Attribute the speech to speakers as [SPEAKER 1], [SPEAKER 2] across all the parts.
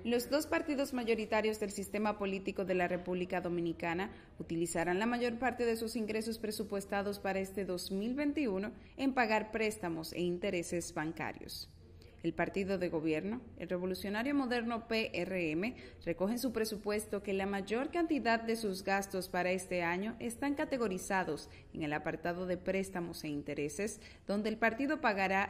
[SPEAKER 1] Los dos partidos mayoritarios del sistema político de la República Dominicana utilizarán la mayor parte de sus ingresos presupuestados para este 2021 en pagar préstamos e intereses bancarios. El partido de gobierno, el Revolucionario Moderno PRM, recoge en su presupuesto que la mayor cantidad de sus gastos para este año están categorizados en el apartado de préstamos e intereses, donde el partido pagará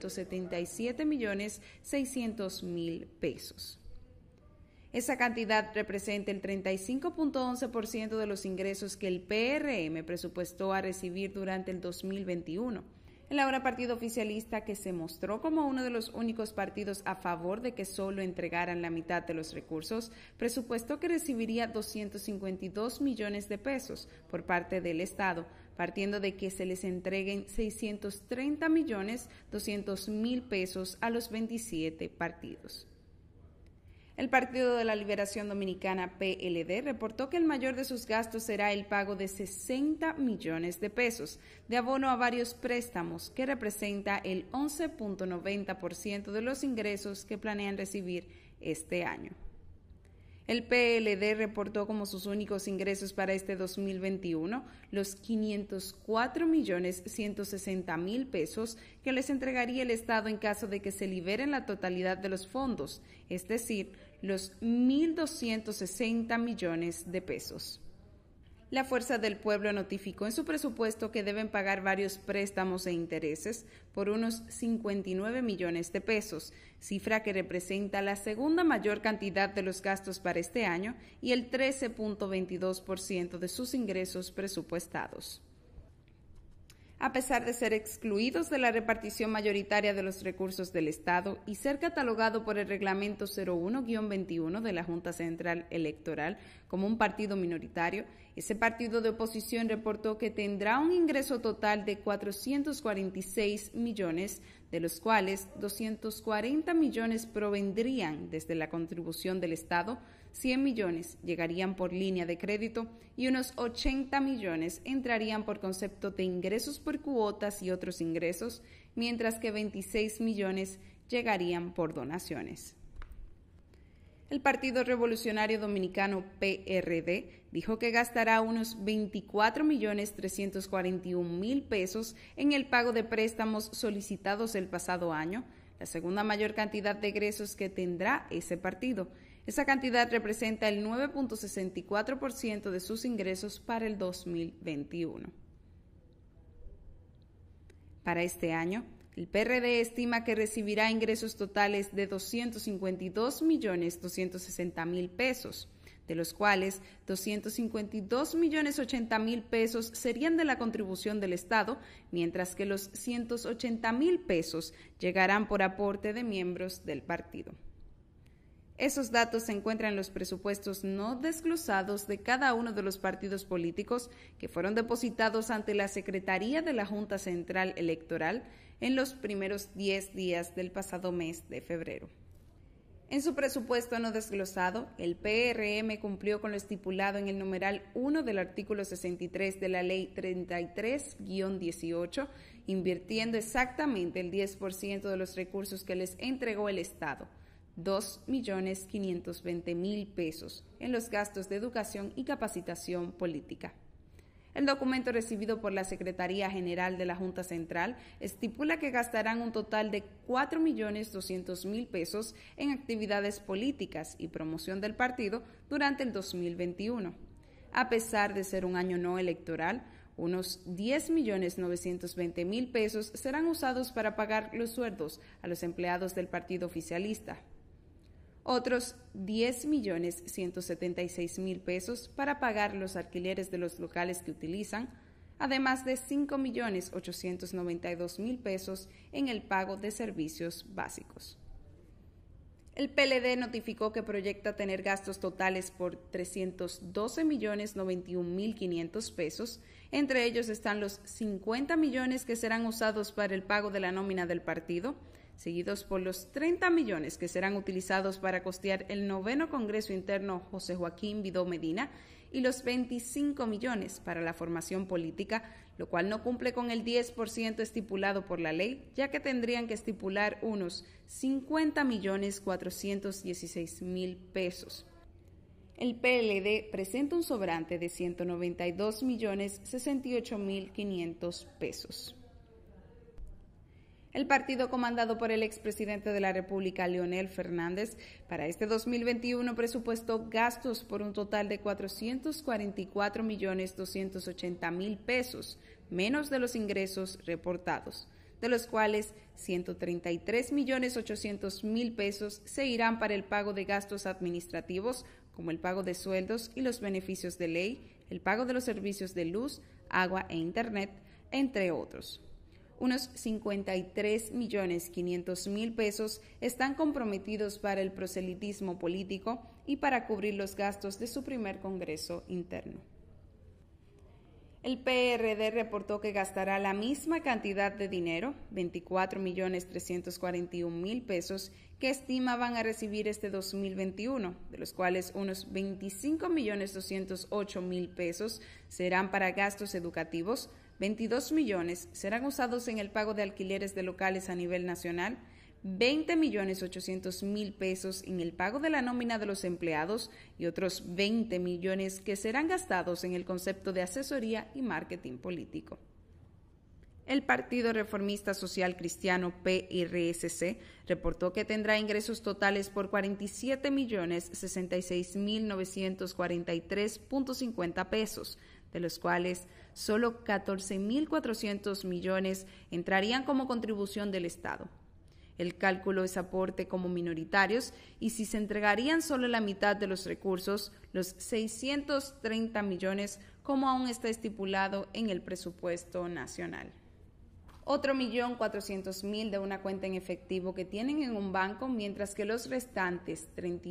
[SPEAKER 1] 177.600.000 pesos. Esa cantidad representa el 35.11% de los ingresos que el PRM presupuestó a recibir durante el 2021. El ahora partido oficialista, que se mostró como uno de los únicos partidos a favor de que solo entregaran la mitad de los recursos, presupuestó que recibiría 252 millones de pesos por parte del Estado, partiendo de que se les entreguen 630.200.000 pesos a los 27 partidos. El Partido de la Liberación Dominicana, PLD, reportó que el mayor de sus gastos será el pago de 60 millones de pesos de abono a varios préstamos, que representa el 11.90% de los ingresos que planean recibir este año. El PLD reportó como sus únicos ingresos para este 2021 los 504.160.000 pesos que les entregaría el Estado en caso de que se liberen la totalidad de los fondos, es decir, los 1.260 millones de pesos. La Fuerza del Pueblo notificó en su presupuesto que deben pagar varios préstamos e intereses por unos 59 millones de pesos, cifra que representa la segunda mayor cantidad de los gastos para este año y el 13.22% de sus ingresos presupuestados. A pesar de ser excluidos de la repartición mayoritaria de los recursos del Estado y ser catalogado por el Reglamento 01-21 de la Junta Central Electoral como un partido minoritario, ese partido de oposición reportó que tendrá un ingreso total de 446 millones, de los cuales 240 millones provendrían desde la contribución del Estado, 100 millones llegarían por línea de crédito y unos 80 millones entrarían por concepto de ingresos por cuotas y otros ingresos, mientras que 26 millones llegarían por donaciones. El Partido Revolucionario Dominicano, PRD, dijo que gastará unos 24.341.000 pesos en el pago de préstamos solicitados el pasado año, la segunda mayor cantidad de egresos que tendrá ese partido. Esa cantidad representa el 9.64% de sus ingresos para el 2021. Para este año, el PRD estima que recibirá ingresos totales de 252.260.000 pesos, de los cuales 252.080.000 pesos serían de la contribución del Estado, mientras que los 180.000 pesos llegarán por aporte de miembros del partido. Esos datos se encuentran en los presupuestos no desglosados de cada uno de los partidos políticos que fueron depositados ante la Secretaría de la Junta Central Electoral en los primeros 10 días del pasado mes de febrero. En su presupuesto no desglosado, el PRM cumplió con lo estipulado en el numeral 1 del artículo 63 de la Ley 33-18, invirtiendo exactamente el 10% de los recursos que les entregó el Estado, 2.520.000 pesos, en los gastos de educación y capacitación política. El documento recibido por la Secretaría General de la Junta Central estipula que gastarán un total de 4.200.000 pesos en actividades políticas y promoción del partido durante el 2021. A pesar de ser un año no electoral, unos 10.920.000 pesos serán usados para pagar los sueldos a los empleados del partido oficialista. Otros 10.176.000 pesos para pagar los alquileres de los locales que utilizan, además de 5.892.000 pesos en el pago de servicios básicos. El PLD notificó que proyecta tener gastos totales por 312.091.500 pesos, entre ellos están los 50 millones que serán usados para el pago de la nómina del partido, seguidos por los 30 millones que serán utilizados para costear el 9º Congreso Interno José Joaquín Vidó Medina y los 25 millones para la formación política, lo cual no cumple con el 10% estipulado por la ley, ya que tendrían que estipular unos 50.416.000 pesos. El PLD presenta un sobrante de 192.068.500 pesos. El partido comandado por el expresidente de la República, Leonel Fernández, para este 2021 presupuestó gastos por un total de 444.280.000 pesos, menos de los ingresos reportados, de los cuales 133.800.000 pesos se irán para el pago de gastos administrativos, como el pago de sueldos y los beneficios de ley, el pago de los servicios de luz, agua e internet, entre otros. Unos 53.500.000 pesos están comprometidos para el proselitismo político y para cubrir los gastos de su primer Congreso Interno. El PRD reportó que gastará la misma cantidad de dinero, 24.341.000 pesos, que estima van a recibir este 2021, de los cuales unos 25.208.000 pesos serán para gastos educativos, 22 millones serán usados en el pago de alquileres de locales a nivel nacional, 20.800.000 pesos en el pago de la nómina de los empleados y otros 20 millones que serán gastados en el concepto de asesoría y marketing político. El Partido Reformista Social Cristiano PRSC reportó que tendrá ingresos totales por 47.066.943.50 pesos, de los cuales solo 14.400 millones entrarían como contribución del Estado. El cálculo es aporte como minoritarios y si se entregarían solo la mitad de los recursos, los 630 millones, como aún está estipulado en el presupuesto nacional. Otro 1.400.000 de una cuenta en efectivo que tienen en un banco, mientras que los restantes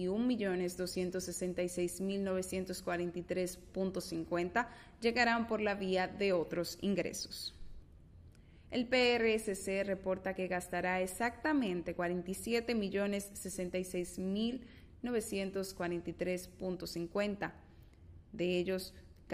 [SPEAKER 1] 31.266.943.50 llegarán por la vía de otros ingresos. El PRSC reporta que gastará exactamente 47.066.943.50. De ellos,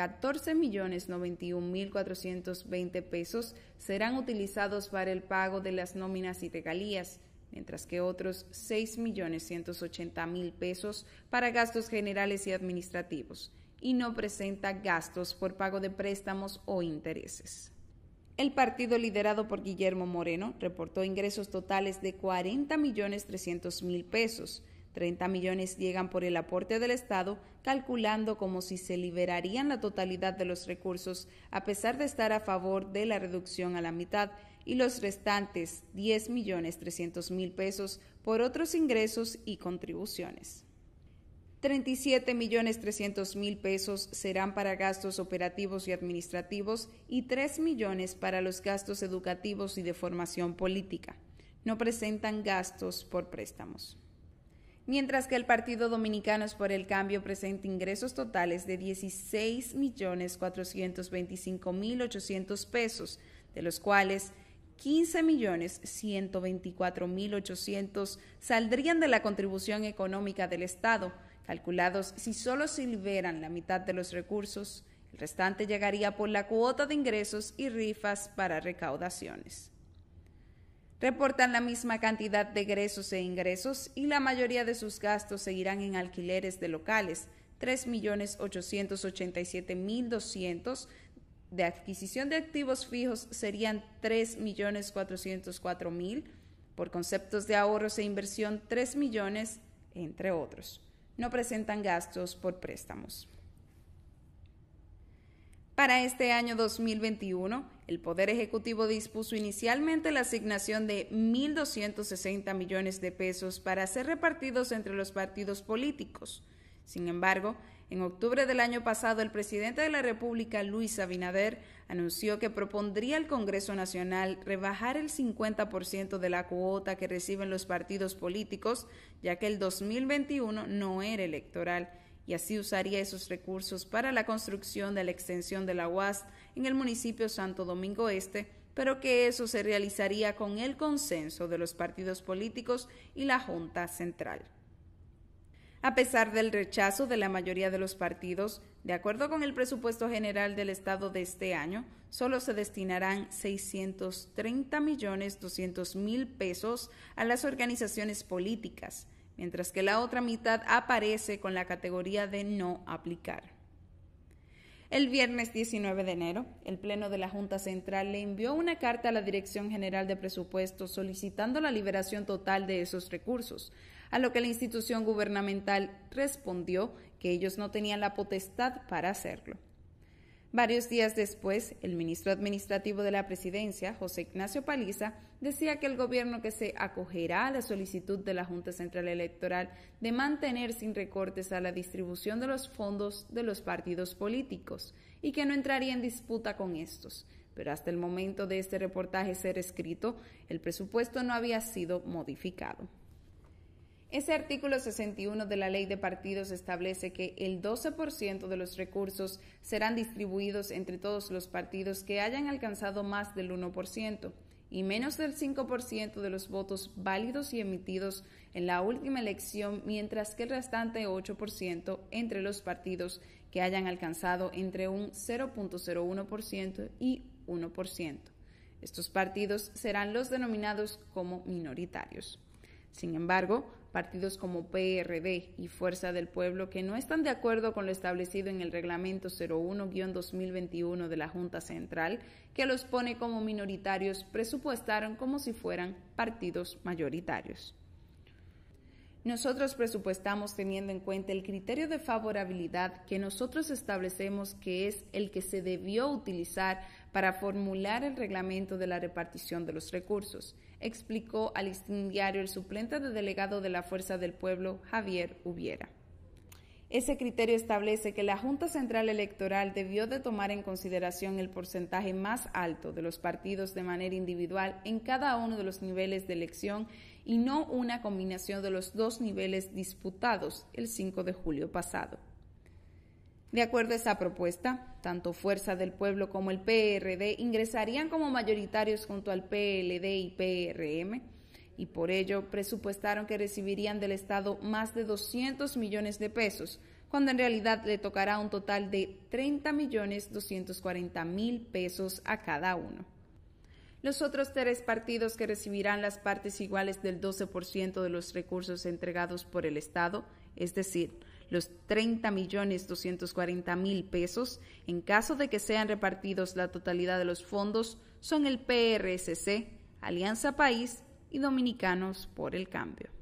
[SPEAKER 1] 14.091.420 pesos serán utilizados para el pago de las nóminas y regalías, mientras que otros 6.180.000 pesos para gastos generales y administrativos, y no presenta gastos por pago de préstamos o intereses. El partido liderado por Guillermo Moreno reportó ingresos totales de 40.300.000 pesos. 30 millones llegan por el aporte del Estado, calculando como si se liberarían la totalidad de los recursos, a pesar de estar a favor de la reducción a la mitad, y los restantes 10.300.000 pesos por otros ingresos y contribuciones. 37.300.000 pesos serán para gastos operativos y administrativos y 3 millones para los gastos educativos y de formación política. No presentan gastos por préstamos. Mientras que el Partido Dominicanos por el Cambio presenta ingresos totales de 16.425.800 pesos, de los cuales 15.124.800 saldrían de la contribución económica del Estado, calculados si solo se liberan la mitad de los recursos. El restante llegaría por la cuota de ingresos y rifas para recaudaciones. Reportan la misma cantidad de egresos e ingresos y la mayoría de sus gastos seguirán en alquileres de locales, 3.887.200, de adquisición de activos fijos serían 3.404.000, por conceptos de ahorros e inversión 3 millones, entre otros. No presentan gastos por préstamos. Para este año 2021, el Poder Ejecutivo dispuso inicialmente la asignación de 1.260 millones de pesos para ser repartidos entre los partidos políticos. Sin embargo, en octubre del año pasado, el presidente de la República, Luis Abinader, anunció que propondría al Congreso Nacional rebajar el 50% de la cuota que reciben los partidos políticos, ya que el 2021 no era electoral, y así usaría esos recursos para la construcción de la extensión de la UAS en el municipio Santo Domingo Este, pero que eso se realizaría con el consenso de los partidos políticos y la Junta Central. A pesar del rechazo de la mayoría de los partidos, de acuerdo con el presupuesto general del Estado de este año, solo se destinarán 630.200.000 pesos a las organizaciones políticas, mientras que la otra mitad aparece con la categoría de no aplicar. El viernes 19 de enero, el Pleno de la Junta Central le envió una carta a la Dirección General de Presupuestos solicitando la liberación total de esos recursos, a lo que la institución gubernamental respondió que ellos no tenían la potestad para hacerlo. Varios días después, el ministro administrativo de la Presidencia, José Ignacio Paliza, decía que el gobierno que se acogerá a la solicitud de la Junta Central Electoral de mantener sin recortes a la distribución de los fondos de los partidos políticos y que no entraría en disputa con estos. Pero hasta el momento de este reportaje ser escrito, el presupuesto no había sido modificado. Ese artículo 61 de la Ley de Partidos establece que el 12% de los recursos serán distribuidos entre todos los partidos que hayan alcanzado más del 1% y menos del 5% de los votos válidos y emitidos en la última elección, mientras que el restante 8% entre los partidos que hayan alcanzado entre un 0.01% y 1%. Estos partidos serán los denominados como minoritarios. Sin embargo, partidos como PRD y Fuerza del Pueblo, que no están de acuerdo con lo establecido en el Reglamento 01-2021 de la Junta Central, que los pone como minoritarios, presupuestaron como si fueran partidos mayoritarios. Nosotros presupuestamos teniendo en cuenta el criterio de favorabilidad que nosotros establecemos, que es el que se debió utilizar para formular el reglamento de la repartición de los recursos, explicó al Listín Diario el suplente de delegado de la Fuerza del Pueblo, Javier Ubiera. Ese criterio establece que la Junta Central Electoral debió de tomar en consideración el porcentaje más alto de los partidos de manera individual en cada uno de los niveles de elección y no una combinación de los dos niveles disputados el 5 de julio pasado. De acuerdo a esa propuesta, tanto Fuerza del Pueblo como el PRD ingresarían como mayoritarios junto al PLD y PRM, y por ello presupuestaron que recibirían del Estado más de 200 millones de pesos, cuando en realidad le tocará un total de 30.240.000 pesos a cada uno. Los otros tres partidos que recibirán las partes iguales del 12% de los recursos entregados por el Estado, es decir, los 30.240.000 pesos, en caso de que sean repartidos la totalidad de los fondos, son el PRSC, Alianza País y Dominicanos por el Cambio.